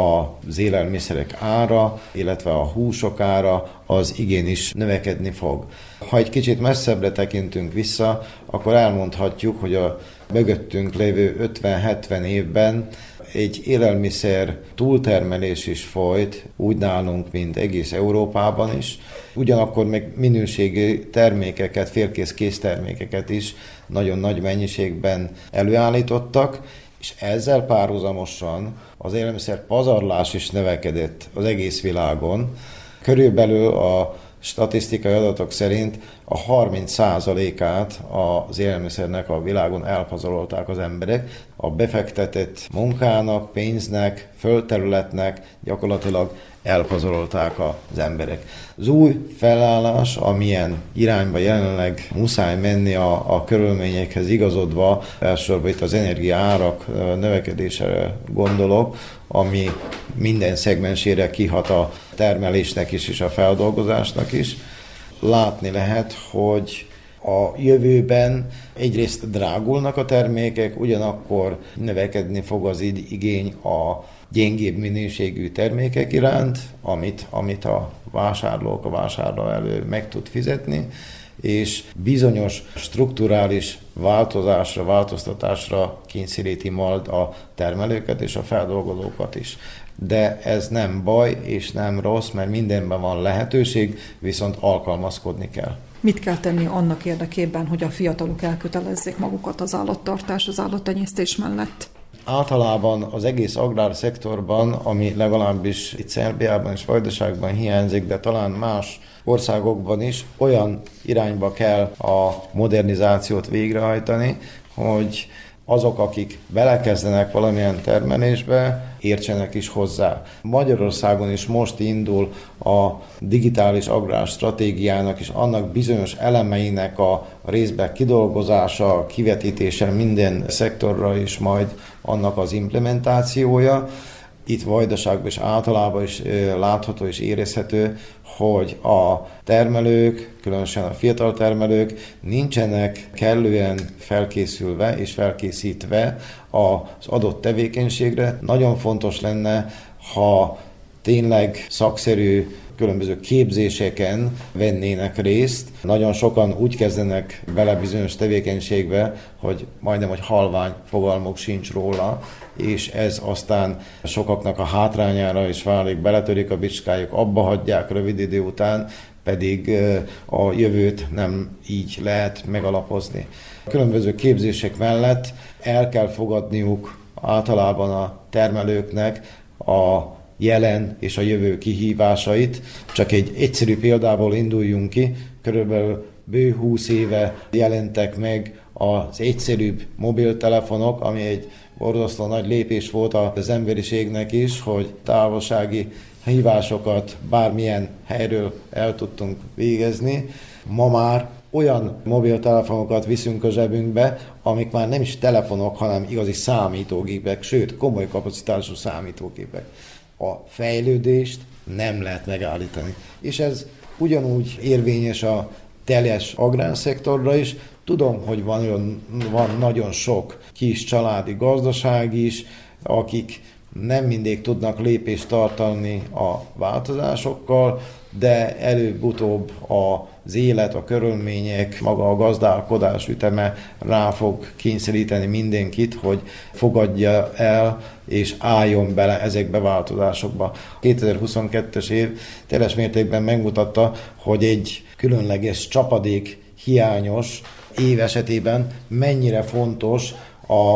az élelmiszerek ára, illetve a húsok ára az igenis növekedni fog. Ha egy kicsit messzebbre tekintünk vissza, akkor elmondhatjuk, hogy a mögöttünk lévő ötven-hetven évben egy élelmiszer túltermelés is folyt, úgy nálunk, mint egész Európában is. Ugyanakkor meg minőségi termékeket, félkész késztermékeket is nagyon nagy mennyiségben előállítottak, és ezzel párhuzamosan az élelmiszer pazarlás is növekedett az egész világon. Körülbelül a statisztikai adatok szerint a harminc százalékát az élelmiszernek a világon elpazarolták az emberek. A befektetett munkának, pénznek, földterületnek gyakorlatilag elpazarolták az emberek. Az új felállás, amilyen irányba jelenleg muszáj menni a, a körülményekhez igazodva, elsősorban itt az energiaárak növekedésére gondolok, ami minden szegmensére kihat a termelésnek is és a feldolgozásnak is. Látni lehet, hogy a jövőben egyrészt drágulnak a termékek, ugyanakkor növekedni fog az igény a gyengébb minőségű termékek iránt, amit, amit a vásárlók, a vásárlóelő meg tud fizetni, és bizonyos strukturális változásra, változtatásra kényszeríti majd a termelőket és a feldolgozókat is. De ez nem baj és nem rossz, mert mindenben van lehetőség, viszont alkalmazkodni kell. Mit kell tenni annak érdekében, hogy a fiatalok elkötelezzék magukat az állattartás, az állattenyésztés mellett? Általában az egész agrárszektorban, ami legalábbis itt Szerbiában és Vajdaságban hiányzik, de talán más országokban is olyan irányba kell a modernizációt végrehajtani, hogy azok, akik belekezdenek valamilyen termelésbe, értsenek is hozzá. Magyarországon is most indul a digitális agrárstratégiának és annak bizonyos elemeinek a részben kidolgozása, kivetítése minden szektorra is majd annak az implementációja. Itt Vajdaságban és általában is látható és érezhető, hogy a termelők, különösen a fiatal termelők nincsenek kellően felkészülve és felkészítve az adott tevékenységre. Nagyon fontos lenne, ha tényleg szakszerű különböző képzéseken vennének részt. Nagyon sokan úgy kezdenek bele bizonyos tevékenységbe, hogy majdnem, hogy halvány fogalmuk sincs róla, és ez aztán sokaknak a hátrányára is válik, beletörik a bicskájuk, abba hagyják rövid idő után, pedig a jövőt nem így lehet megalapozni. A különböző képzések mellett el kell fogadniuk általában a termelőknek a jelen és a jövő kihívásait. Csak egy egyszerű példából induljunk ki, körülbelül bő húsz éve jelentek meg az egyszerűbb mobiltelefonok, ami egy borzasztó nagy lépés volt az emberiségnek is, hogy távolsági hívásokat bármilyen helyről el tudtunk végezni. Ma már olyan mobiltelefonokat viszünk a zsebünkbe, amik már nem is telefonok, hanem igazi számítógépek, sőt, komoly kapacitású számítógépek. A fejlődést nem lehet megállítani. És ez ugyanúgy érvényes a teljes agrárszektorra is. Tudom, hogy van, olyan, van nagyon sok kis családi gazdaság is, akik nem mindig tudnak lépést tartani a változásokkal, de előbb-utóbb az élet, a körülmények, maga a gazdálkodás üteme rá fog kényszeríteni mindenkit, hogy fogadja el és álljon bele ezekbe a változásokba. kétezer-huszonkettes év teljes mértékben megmutatta, hogy egy különleges csapadék hiányos év esetében mennyire fontos a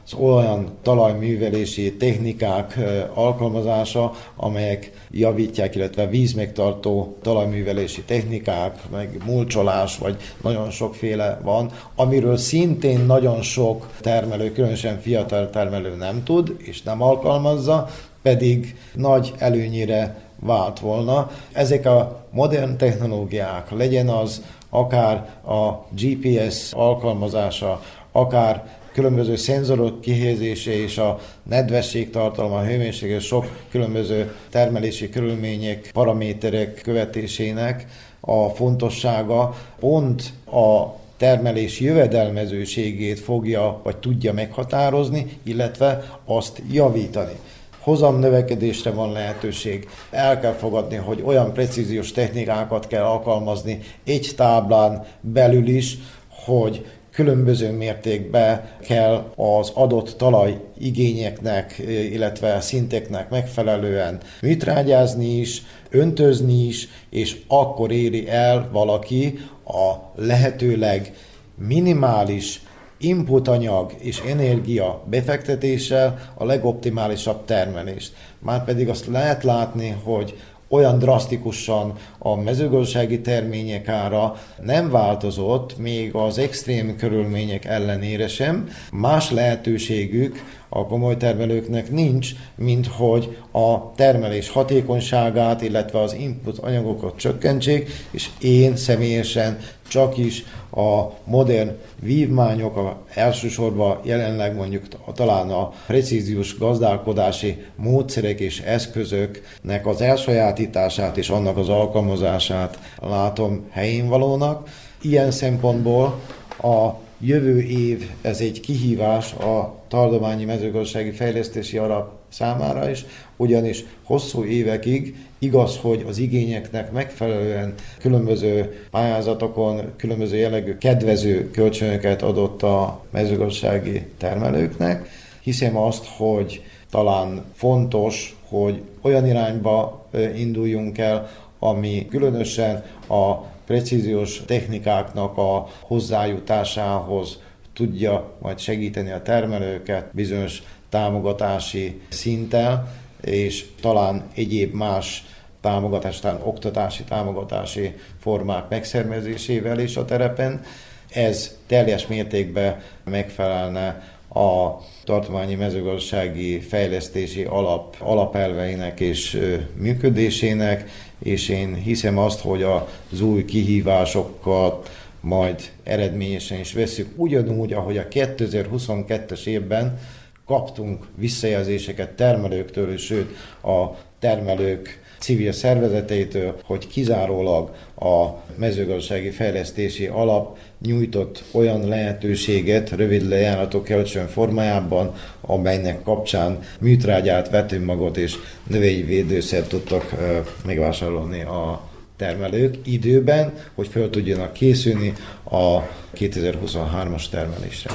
az olyan talajművelési technikák alkalmazása, amelyek javítják, illetve vízmegtartó talajművelési technikák, meg mulcsolás, vagy nagyon sokféle van, amiről szintén nagyon sok termelő, különösen fiatal termelő nem tud, és nem alkalmazza, pedig nagy előnyére vált volna. Ezek a modern technológiák, legyen az akár a gé pé es alkalmazása, akár különböző szenzorok kihelyezése és a nedvességtartalma, a hőmérséklet, sok különböző termelési körülmények, paraméterek követésének a fontossága pont a termelés jövedelmezőségét fogja vagy tudja meghatározni, illetve azt javítani. Hozam növekedésre van lehetőség. El kell fogadni, hogy olyan precíziós technikákat kell alkalmazni egy táblán belül is, hogy különböző mértékben kell az adott talaj igényeknek, illetve szinteknek megfelelően műtrágyázni is, öntözni is, és akkor éri el valaki a lehetőleg minimális inputanyag és energia befektetéssel a legoptimálisabb termelést. Márpedig azt lehet látni, hogy olyan drasztikusan a mezőgazdasági termények ára nem változott, még az extrém körülmények ellenére sem. Más lehetőségük a komoly termelőknek nincs, mint hogy a termelés hatékonyságát, illetve az input anyagokat csökkentsék, és én személyesen csak is a modern vívmányok, a elsősorban jelenleg mondjuk talán a precíziós gazdálkodási módszerek és eszközöknek az elsajátítását és annak az alkalmazását látom helyén valónak. Ilyen szempontból a jövő év ez egy kihívás a Tartományi Mezőgazdasági Fejlesztési Alap számára is, ugyanis hosszú évekig igaz, hogy az igényeknek megfelelően különböző pályázatokon, különböző jellegű kedvező kölcsönöket adott a mezőgazdasági termelőknek. Hiszem azt, hogy talán fontos, hogy olyan irányba induljunk el, ami különösen a precíziós technikáknak a hozzájutásához tudja majd segíteni a termelőket bizonyos támogatási szinttel, és talán egyéb más támogatás, talán oktatási, támogatási formák megszervezésével is a terepen. Ez teljes mértékben megfelelne a Tartományi Mezőgazdasági Fejlesztési Alap alapelveinek és működésének, és én hiszem azt, hogy az új kihívásokat majd eredményesen is veszük, ugyanúgy, ahogy a kétezer-huszonkettes évben kaptunk visszajelzéseket termelőktől, és sőt a termelők civil szervezeteitől, hogy kizárólag a Mezőgazdasági Fejlesztési Alap nyújtott olyan lehetőséget rövid lejáratú kölcsön formájában, amelynek kapcsán műtrágyát, vetőmagot és növényvédőszert tudtak megvásárolni a termelők időben, hogy fel tudjanak készülni a kétezer-huszonhármas termelésre.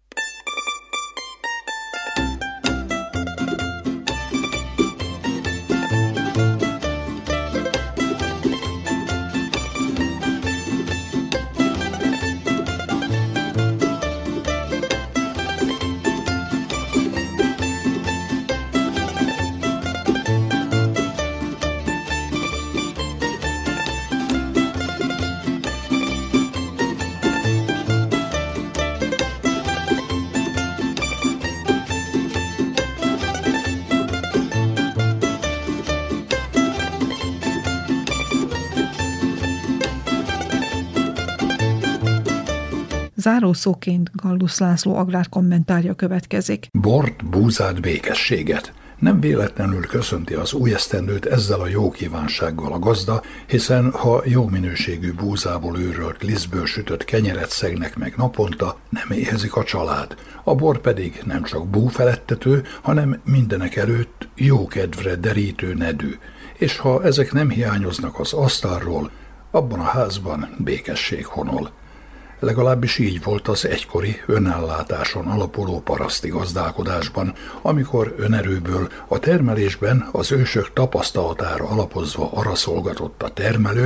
Zárószóként Gallusz László agrárkommentárja következik. Bort, búzát, békességet. Nem véletlenül köszönti az új esztendőt ezzel a jó kívánsággal a gazda, hiszen ha jó minőségű búzából őrölt lisztből sütött kenyeret szegnek meg naponta, nem éhezik a család. A bor pedig nem csak búfeledtető, hanem mindenek előtt jó kedvre derítő nedű. És ha ezek nem hiányoznak az asztalról, abban a házban békesség honol. Legalábbis így volt az egykori önellátáson alapuló paraszti gazdálkodásban, amikor önerőből a termelésben az ősök tapasztalatára alapozva arra szolgatott a termelő,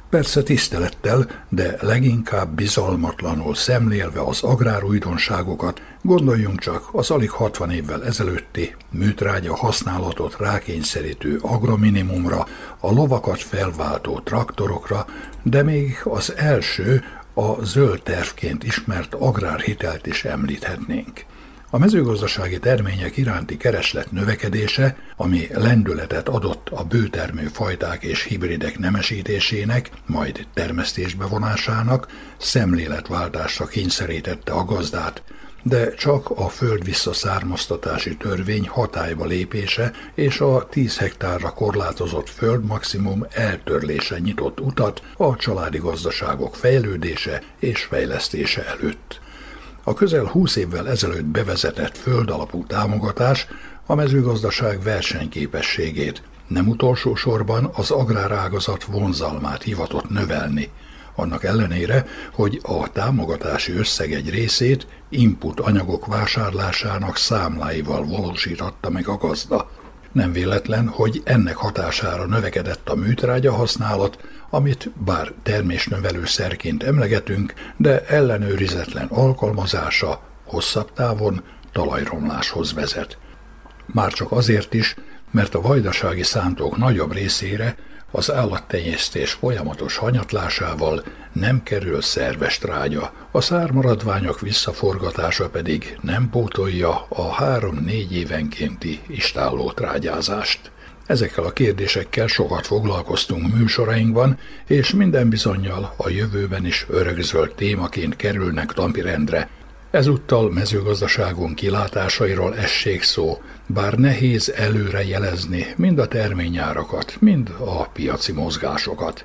Persze tisztelettel, de leginkább bizalmatlanul szemlélve az agrárújdonságokat, gondoljunk csak az alig hatvan évvel ezelőtti műtrágya használatot rákényszerítő agrominimumra, a lovakat felváltó traktorokra, de még az első, a zöld tervként ismert agrárhitelt is említhetnénk. A mezőgazdasági termények iránti kereslet növekedése, ami lendületet adott a bőtermő fajták és hibridek nemesítésének, majd termesztésbe vonásának, szemléletváltásra kényszerítette a gazdát, de csak a föld visszaszármaztatási törvény hatályba lépése és a tíz hektárra korlátozott földmaximum eltörlése nyitott utat a családi gazdaságok fejlődése és fejlesztése előtt. A közel húsz évvel ezelőtt bevezetett földalapú támogatás a mezőgazdaság versenyképességét, nem utolsó sorban az agrárágazat vonzalmát hivatott növelni. Annak ellenére, hogy a támogatási összeg egy részét input anyagok vásárlásának számláival valósította meg a gazda. Nem véletlen, hogy ennek hatására növekedett a műtrágya használat, amit bár termésnövelőszerként emlegetünk, de ellenőrizetlen alkalmazása hosszabb távon talajromláshoz vezet. Már csak azért is, mert a vajdasági szántók nagyobb részére az állattenyésztés folyamatos hanyatlásával nem kerül szerves trágya, a szármaradványok visszaforgatása pedig nem pótolja a három-négy évenkénti istálló trágyázást. Ezekkel a kérdésekkel sokat foglalkoztunk műsorainkban, és minden bizonnyal a jövőben is örökzöld témaként kerülnek napirendre. Ezúttal mezőgazdaságunk kilátásairól essék szó, bár nehéz előre jelezni mind a terményárakat, mind a piaci mozgásokat.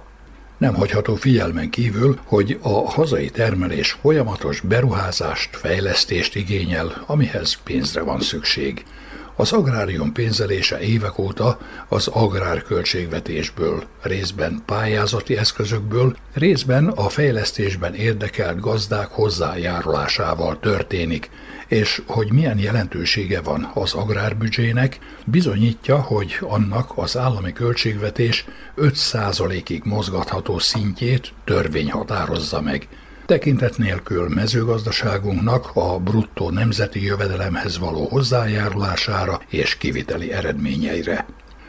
Nem hagyható figyelmen kívül, hogy a hazai termelés folyamatos beruházást, fejlesztést igényel, amihez pénzre van szükség. Az agrárium pénzelése évek óta az agrárköltségvetésből, részben pályázati eszközökből, részben a fejlesztésben érdekelt gazdák hozzájárulásával történik, és hogy milyen jelentősége van az agrárbüdzsének, bizonyítja, hogy annak az állami költségvetés öt százalékig mozgatható szintjét törvény határozza meg. Tekintet nélkül mezőgazdaságunknak a bruttó nemzeti jövedelemhez való hozzájárulására és kiviteli eredményeire.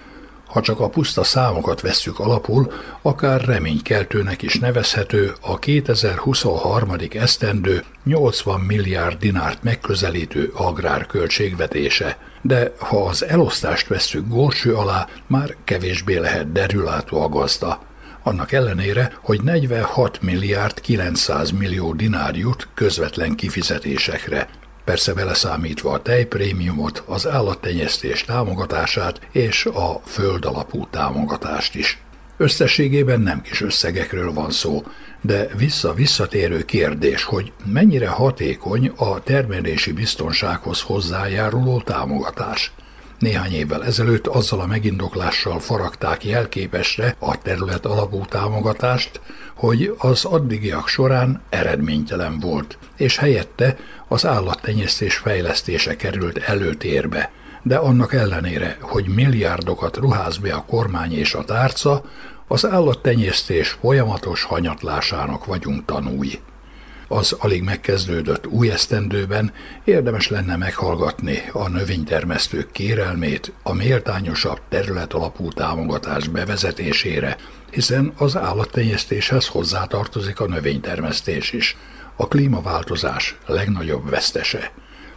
Ha csak a puszta számokat vesszük alapul, akár reménykeltőnek is nevezhető a kétezer-huszonhárom. esztendő nyolcvan milliárd dinárt megközelítő agrárköltségvetése, de ha az elosztást vesszük górcső alá, már kevésbé lehet derülátó a gazda. Annak ellenére, hogy negyvenhat milliárd kilencszáz millió dinár jut közvetlen kifizetésekre, persze beleszámítva a tejprémiumot, az állattenyésztés támogatását és a földalapú támogatást is. Összességében nem kis összegekről van szó, de vissza-visszatérő kérdés, hogy mennyire hatékony a termelési biztonsághoz hozzájáruló támogatás. Néhány évvel ezelőtt azzal a megindoklással faragták jelképesre a terület alapú támogatást, hogy az addigiak során eredménytelen volt, és helyette az állattenyésztés fejlesztése került előtérbe. De annak ellenére, hogy milliárdokat ruház be a kormány és a tárca, az állattenyésztés folyamatos hanyatlásának vagyunk tanúi. Az alig megkezdődött új esztendőben érdemes lenne meghallgatni a növénytermesztők kérelmét a méltányosabb területalapú támogatás bevezetésére, hiszen az állattenyésztéshez hozzátartozik a növénytermesztés is, a klímaváltozás legnagyobb vesztese.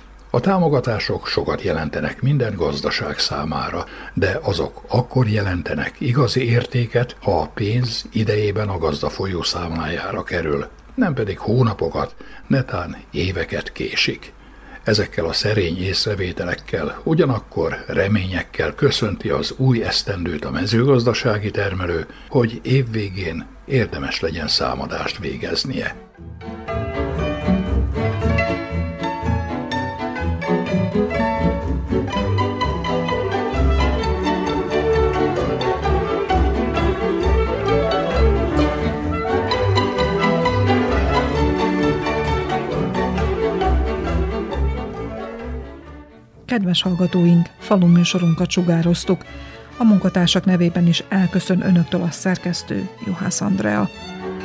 A támogatások sokat jelentenek minden gazdaság számára, de azok akkor jelentenek igazi értéket, ha a pénz idejében a gazda folyószámlájára kerül, nem pedig hónapokat, netán éveket késik. Ezekkel a szerény észrevételekkel, ugyanakkor reményekkel köszönti az új esztendőt a mezőgazdasági termelő, hogy évvégén érdemes legyen számadást végeznie. Kedves hallgatóink, faluműsorunkat sugároztuk. A munkatársak nevében is elköszön önöktől a szerkesztő, Juhász Andrea.